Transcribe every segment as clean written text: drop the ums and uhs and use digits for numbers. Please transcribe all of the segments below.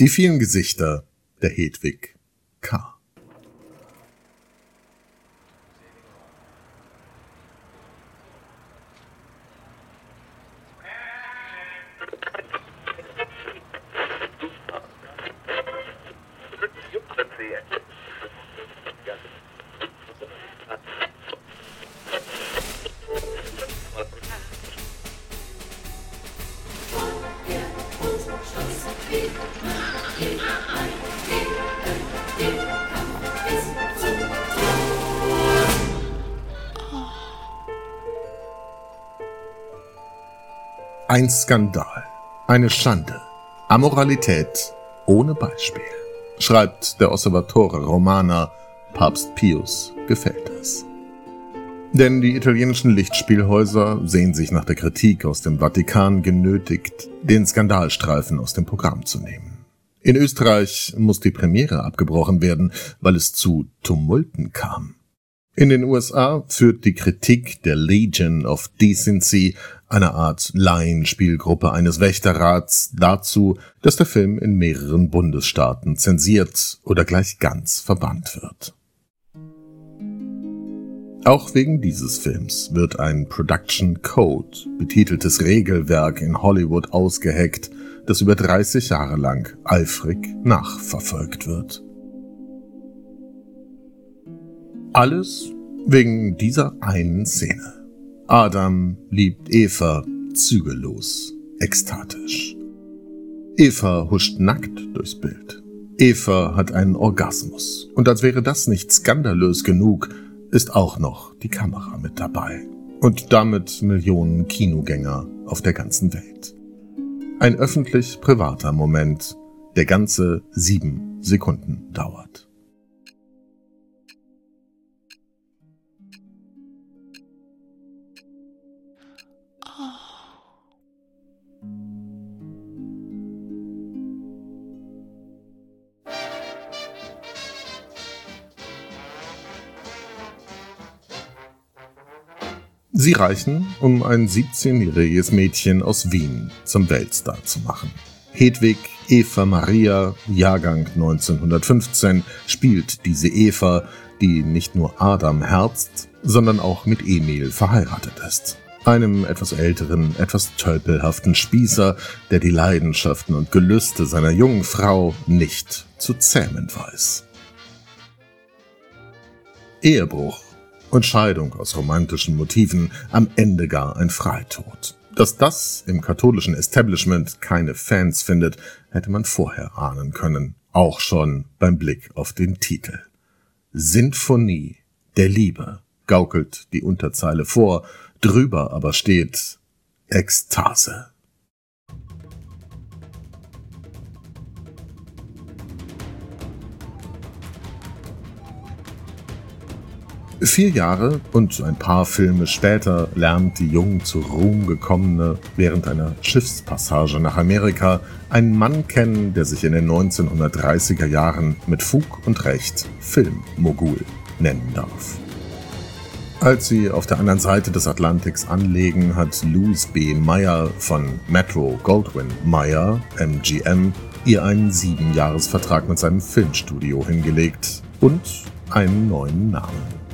Die vielen Gesichter der Hedwig K. Ein Skandal, eine Schande, Amoralität ohne Beispiel, schreibt der Osservatore Romana. Papst Pius gefällt das. Denn die italienischen Lichtspielhäuser sehen sich nach der Kritik aus dem Vatikan genötigt, den Skandalstreifen aus dem Programm zu nehmen. In Österreich muss die Premiere abgebrochen werden, weil es zu Tumulten kam. In den USA führt die Kritik der Legion of Decency, einer Art Laienspielgruppe eines Wächterrats, dazu, dass der Film in mehreren Bundesstaaten zensiert oder gleich ganz verbannt wird. Auch wegen dieses Films wird ein Production Code, betiteltes Regelwerk in Hollywood ausgeheckt, das über 30 Jahre lang eifrig nachverfolgt wird. Alles wegen dieser einen Szene. Adam liebt Eva zügellos, ekstatisch. Eva huscht nackt durchs Bild. Eva hat einen Orgasmus. Und als wäre das nicht skandalös genug, ist auch noch die Kamera mit dabei. Und damit Millionen Kinogänger auf der ganzen Welt. Ein öffentlich-privater Moment, der ganze 7 Sekunden dauert. Sie reichen, um ein 17-jähriges Mädchen aus Wien zum Weltstar zu machen. Hedwig Eva Maria, Jahrgang 1915, spielt diese Eva, die nicht nur Adam herzt, sondern auch mit Emil verheiratet ist. Einem etwas älteren, etwas tölpelhaften Spießer, der die Leidenschaften und Gelüste seiner jungen Frau nicht zu zähmen weiß. Ehebruch und Scheidung aus romantischen Motiven, am Ende gar ein Freitod. Dass das im katholischen Establishment keine Fans findet, hätte man vorher ahnen können, auch schon beim Blick auf den Titel. Sinfonie der Liebe, gaukelt die Unterzeile vor, drüber aber steht Ekstase. Vier Jahre und ein paar Filme später lernt die jung zu Ruhm gekommene während einer Schiffspassage nach Amerika einen Mann kennen, der sich in den 1930er Jahren mit Fug und Recht Filmmogul nennen darf. Als sie auf der anderen Seite des Atlantiks anlegen, hat Louis B. Mayer von Metro-Goldwyn-Mayer, MGM, ihr einen 7-Jahres-Vertrag mit seinem Filmstudio hingelegt und einen neuen Namen.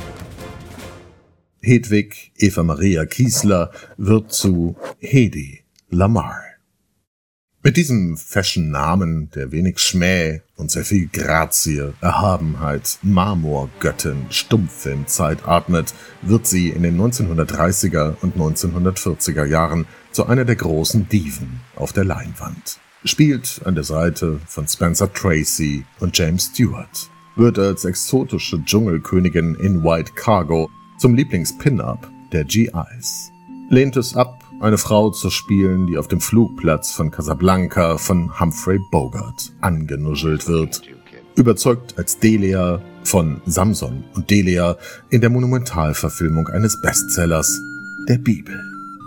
Hedwig Eva Maria Kiesler wird zu Hedy Lamarr. Mit diesem Fashion-Namen, der wenig Schmäh und sehr viel Grazie, Erhabenheit, Marmorgöttin, Stummfilmzeit atmet, wird sie in den 1930er und 1940er Jahren zu einer der großen Diven auf der Leinwand. Spielt an der Seite von Spencer Tracy und James Stewart. Wird als exotische Dschungelkönigin in White Cargo zum Lieblings-Pin-Up der GIs. Lehnt es ab, eine Frau zu spielen, die auf dem Flugplatz von Casablanca von Humphrey Bogart angenuschelt wird. Überzeugt als Delia von Samson und Delia in der Monumentalverfilmung eines Bestsellers, der Bibel.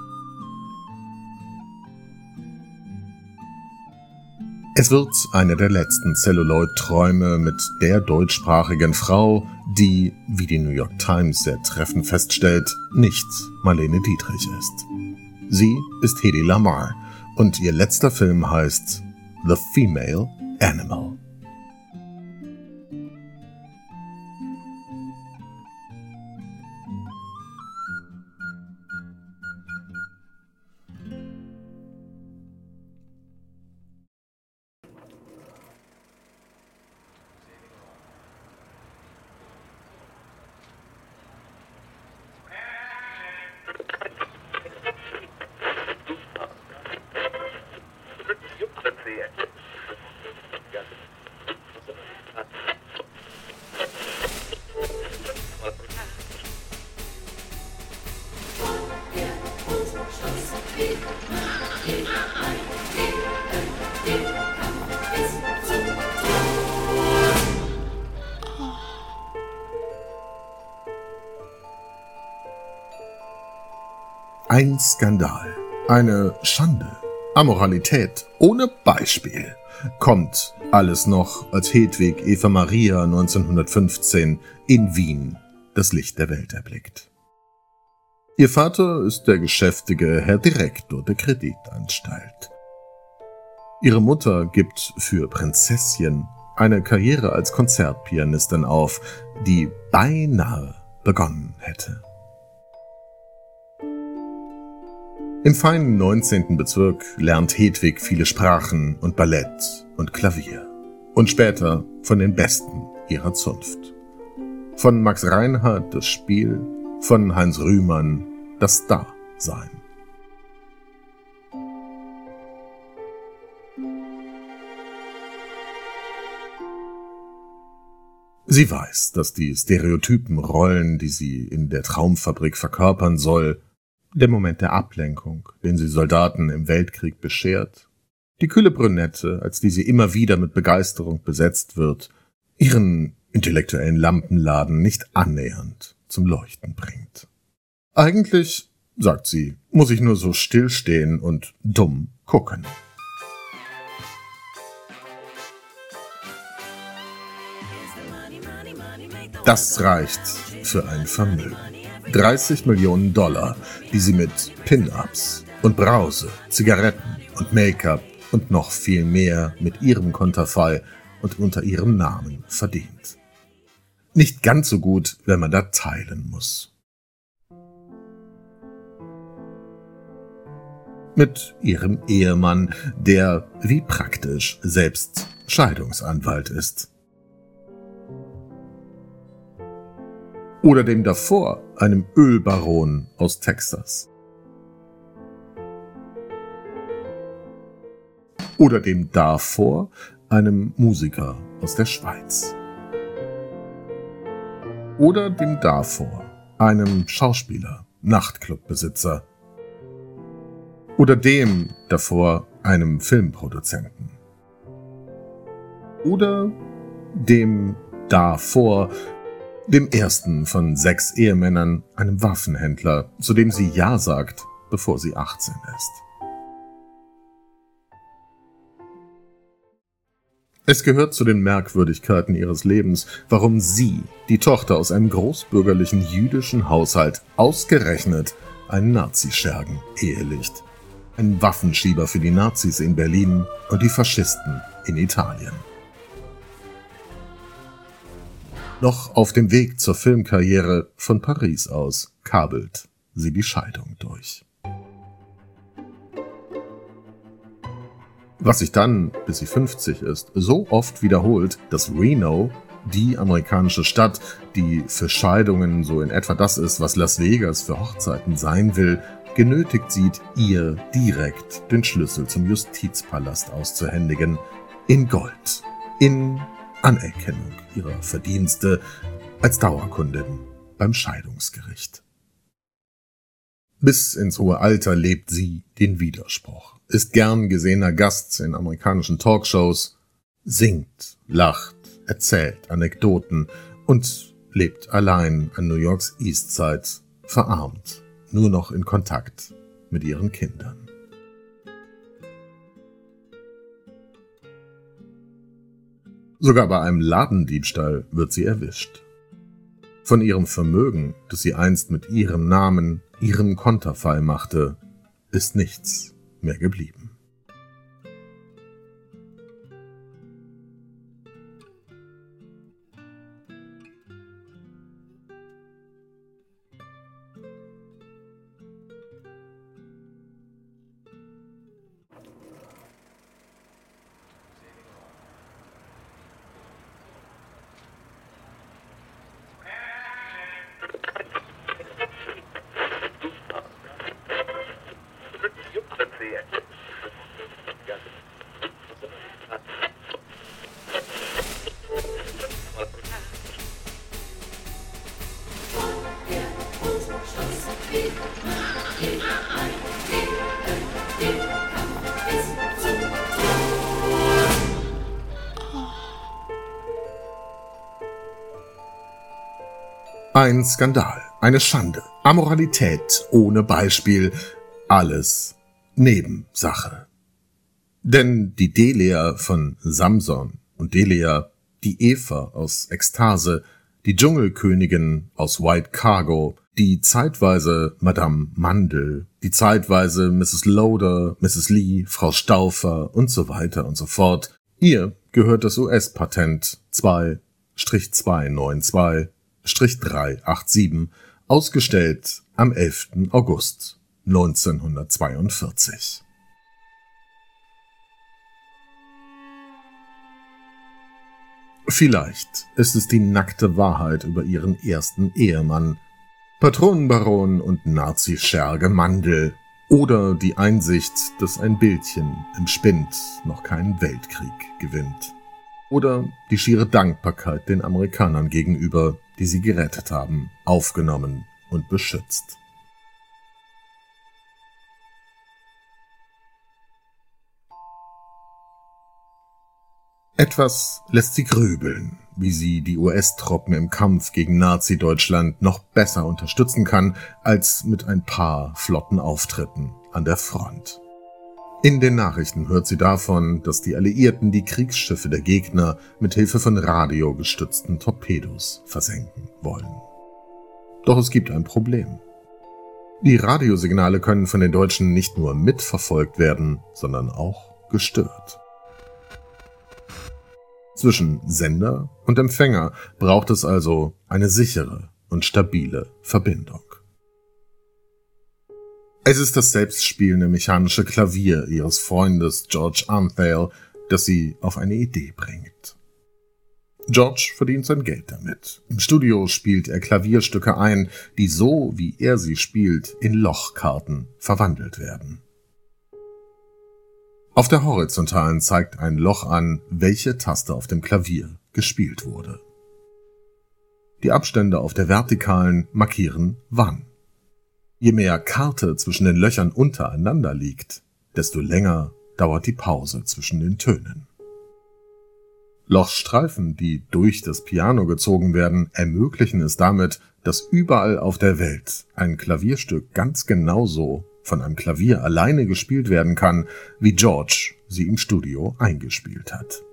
Es wird einer der letzten Celluloid-Träume mit der deutschsprachigen Frau, die, wie die New York Times sehr treffend feststellt, nicht Marlene Dietrich ist. Sie ist Hedy Lamarr und ihr letzter Film heißt The Female Animal. Ein Skandal, eine Schande, Amoralität ohne Beispiel. Kommt alles noch, als Hedwig Eva Maria 1915 in Wien das Licht der Welt erblickt. Ihr Vater ist der geschäftige Herr Direktor der Kreditanstalt. Ihre Mutter gibt für Prinzesschen eine Karriere als Konzertpianistin auf, die beinahe begonnen hätte. Im feinen 19. Bezirk lernt Hedwig viele Sprachen und Ballett und Klavier. Und später von den Besten ihrer Zunft. Von Max Reinhardt das Spiel, von Heinz Rühmann das Dasein. Sie weiß, dass die stereotypen Rollen, die sie in der Traumfabrik verkörpern soll, der Moment der Ablenkung, den sie Soldaten im Weltkrieg beschert, die kühle Brünette, als die sie immer wieder mit Begeisterung besetzt wird, ihren intellektuellen Lampenladen nicht annähernd zum Leuchten bringt. Eigentlich, sagt sie, muss ich nur so stillstehen und dumm gucken. Das reicht für ein Vermögen. 30 Millionen $, die sie mit Pin-Ups und Brause, Zigaretten und Make-up und noch viel mehr mit ihrem Konterfei und unter ihrem Namen verdient. Nicht ganz so gut, wenn man da teilen muss. Mit ihrem Ehemann, der, wie praktisch, selbst Scheidungsanwalt ist. Oder dem davor, einem Ölbaron aus Texas. Oder dem davor, einem Musiker aus der Schweiz. Oder dem davor, einem Schauspieler, Nachtclubbesitzer. Oder dem davor, einem Filmproduzenten. Oder dem davor, dem ersten von 6 Ehemännern, einem Waffenhändler, zu dem sie Ja sagt, bevor sie 18 ist. Es gehört zu den Merkwürdigkeiten ihres Lebens, warum sie, die Tochter aus einem großbürgerlichen jüdischen Haushalt, ausgerechnet einen Nazischergen ehelicht. Ein Waffenschieber für die Nazis in Berlin und die Faschisten in Italien. Noch auf dem Weg zur Filmkarriere von Paris aus kabelt sie die Scheidung durch. Was sich dann, bis sie 50 ist, so oft wiederholt, dass Reno, die amerikanische Stadt, die für Scheidungen so in etwa das ist, was Las Vegas für Hochzeiten sein will, genötigt sieht, ihr direkt den Schlüssel zum Justizpalast auszuhändigen, in Gold, in Anerkennung ihrer Verdienste als Dauerkundin beim Scheidungsgericht. Bis ins hohe Alter lebt sie den Widerspruch, ist gern gesehener Gast in amerikanischen Talkshows, singt, lacht, erzählt Anekdoten und lebt allein an New Yorks East Side, verarmt, nur noch in Kontakt mit ihren Kindern. Sogar bei einem Ladendiebstahl wird sie erwischt. Von ihrem Vermögen, das sie einst mit ihrem Namen, ihrem Konterfei machte, ist nichts mehr geblieben. Ein Skandal, eine Schande, Amoralität ohne Beispiel, alles Nebensache. Denn die Delia von Samson und Delia, die Eva aus Ekstase, die Dschungelkönigin aus White Cargo, die zeitweise Madame Mandel, die zeitweise Mrs. Loader, Mrs. Lee, Frau Stauffer und so weiter und so fort. Ihr gehört das US-Patent 2-292-387, ausgestellt am 11. August 1942. Vielleicht ist es die nackte Wahrheit über ihren ersten Ehemann, Patronenbaron und Nazi-Scherge Mandel, oder die Einsicht, dass ein Bildchen im Spind noch keinen Weltkrieg gewinnt. Oder die schiere Dankbarkeit den Amerikanern gegenüber, die sie gerettet haben, aufgenommen und beschützt. Etwas lässt sie grübeln, wie sie die US-Truppen im Kampf gegen Nazi-Deutschland noch besser unterstützen kann, als mit ein paar flotten Auftritten an der Front. In den Nachrichten hört sie davon, dass die Alliierten die Kriegsschiffe der Gegner mit Hilfe von radiogestützten Torpedos versenken wollen. Doch es gibt ein Problem. Die Radiosignale können von den Deutschen nicht nur mitverfolgt werden, sondern auch gestört. Zwischen Sender und Empfänger braucht es also eine sichere und stabile Verbindung. Es ist das selbstspielende mechanische Klavier ihres Freundes George Antheil, das sie auf eine Idee bringt. George verdient sein Geld damit. Im Studio spielt er Klavierstücke ein, die so, wie er sie spielt, in Lochkarten verwandelt werden. Auf der horizontalen zeigt ein Loch an, welche Taste auf dem Klavier gespielt wurde. Die Abstände auf der vertikalen markieren wann. Je mehr Karte zwischen den Löchern untereinander liegt, desto länger dauert die Pause zwischen den Tönen. Lochstreifen, die durch das Piano gezogen werden, ermöglichen es damit, dass überall auf der Welt ein Klavierstück ganz genauso von einem Klavier alleine gespielt werden kann, wie George sie im Studio eingespielt hat.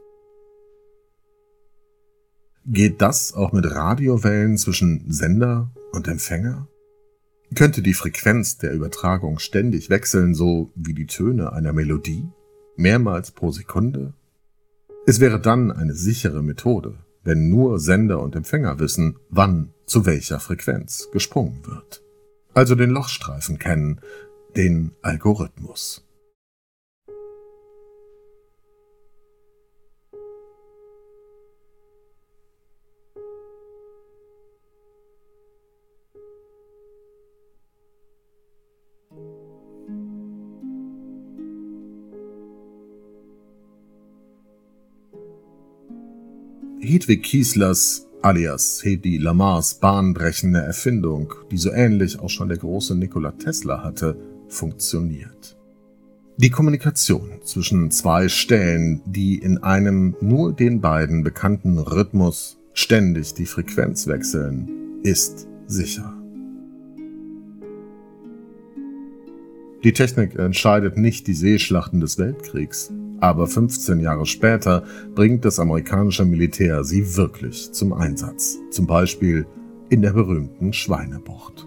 Geht das auch mit Radiowellen zwischen Sender und Empfänger? Könnte die Frequenz der Übertragung ständig wechseln, so wie die Töne einer Melodie, mehrmals pro Sekunde? Es wäre dann eine sichere Methode, wenn nur Sender und Empfänger wissen, wann zu welcher Frequenz gesprungen wird. Also den Lochstreifen kennen, den Algorithmus. Hedwig Kieslers alias Hedy Lamars bahnbrechende Erfindung, die so ähnlich auch schon der große Nikola Tesla hatte, funktioniert. Die Kommunikation zwischen zwei Stellen, die in einem nur den beiden bekannten Rhythmus ständig die Frequenz wechseln, ist sicher. Die Technik entscheidet nicht die Seeschlachten des Weltkriegs, aber 15 Jahre später bringt das amerikanische Militär sie wirklich zum Einsatz, zum Beispiel in der berühmten Schweinebucht.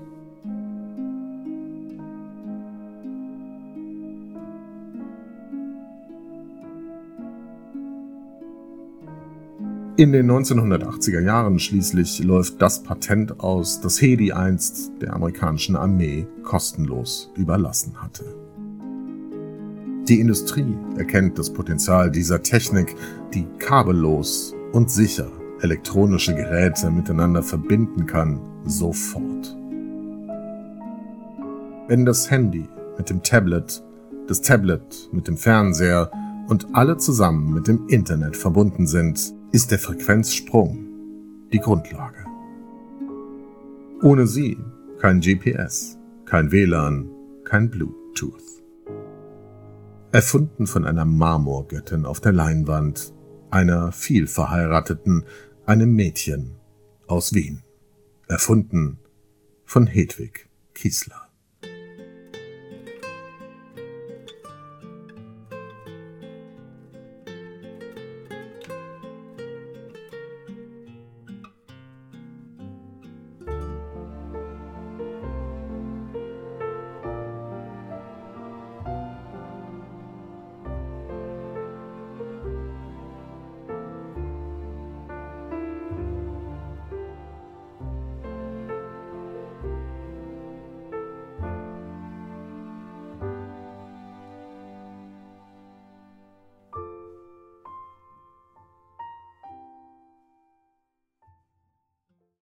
In den 1980er Jahren schließlich läuft das Patent aus, das Hedy einst der amerikanischen Armee kostenlos überlassen hatte. Die Industrie erkennt das Potenzial dieser Technik, die kabellos und sicher elektronische Geräte miteinander verbinden kann, sofort. Wenn das Handy mit dem Tablet, das Tablet mit dem Fernseher und alle zusammen mit dem Internet verbunden sind, ist der Frequenzsprung die Grundlage. Ohne sie kein GPS, kein WLAN, kein Bluetooth. Erfunden von einer Marmorgöttin auf der Leinwand, einer vielverheirateten, einem Mädchen aus Wien. erfunden von Hedwig Kiesler.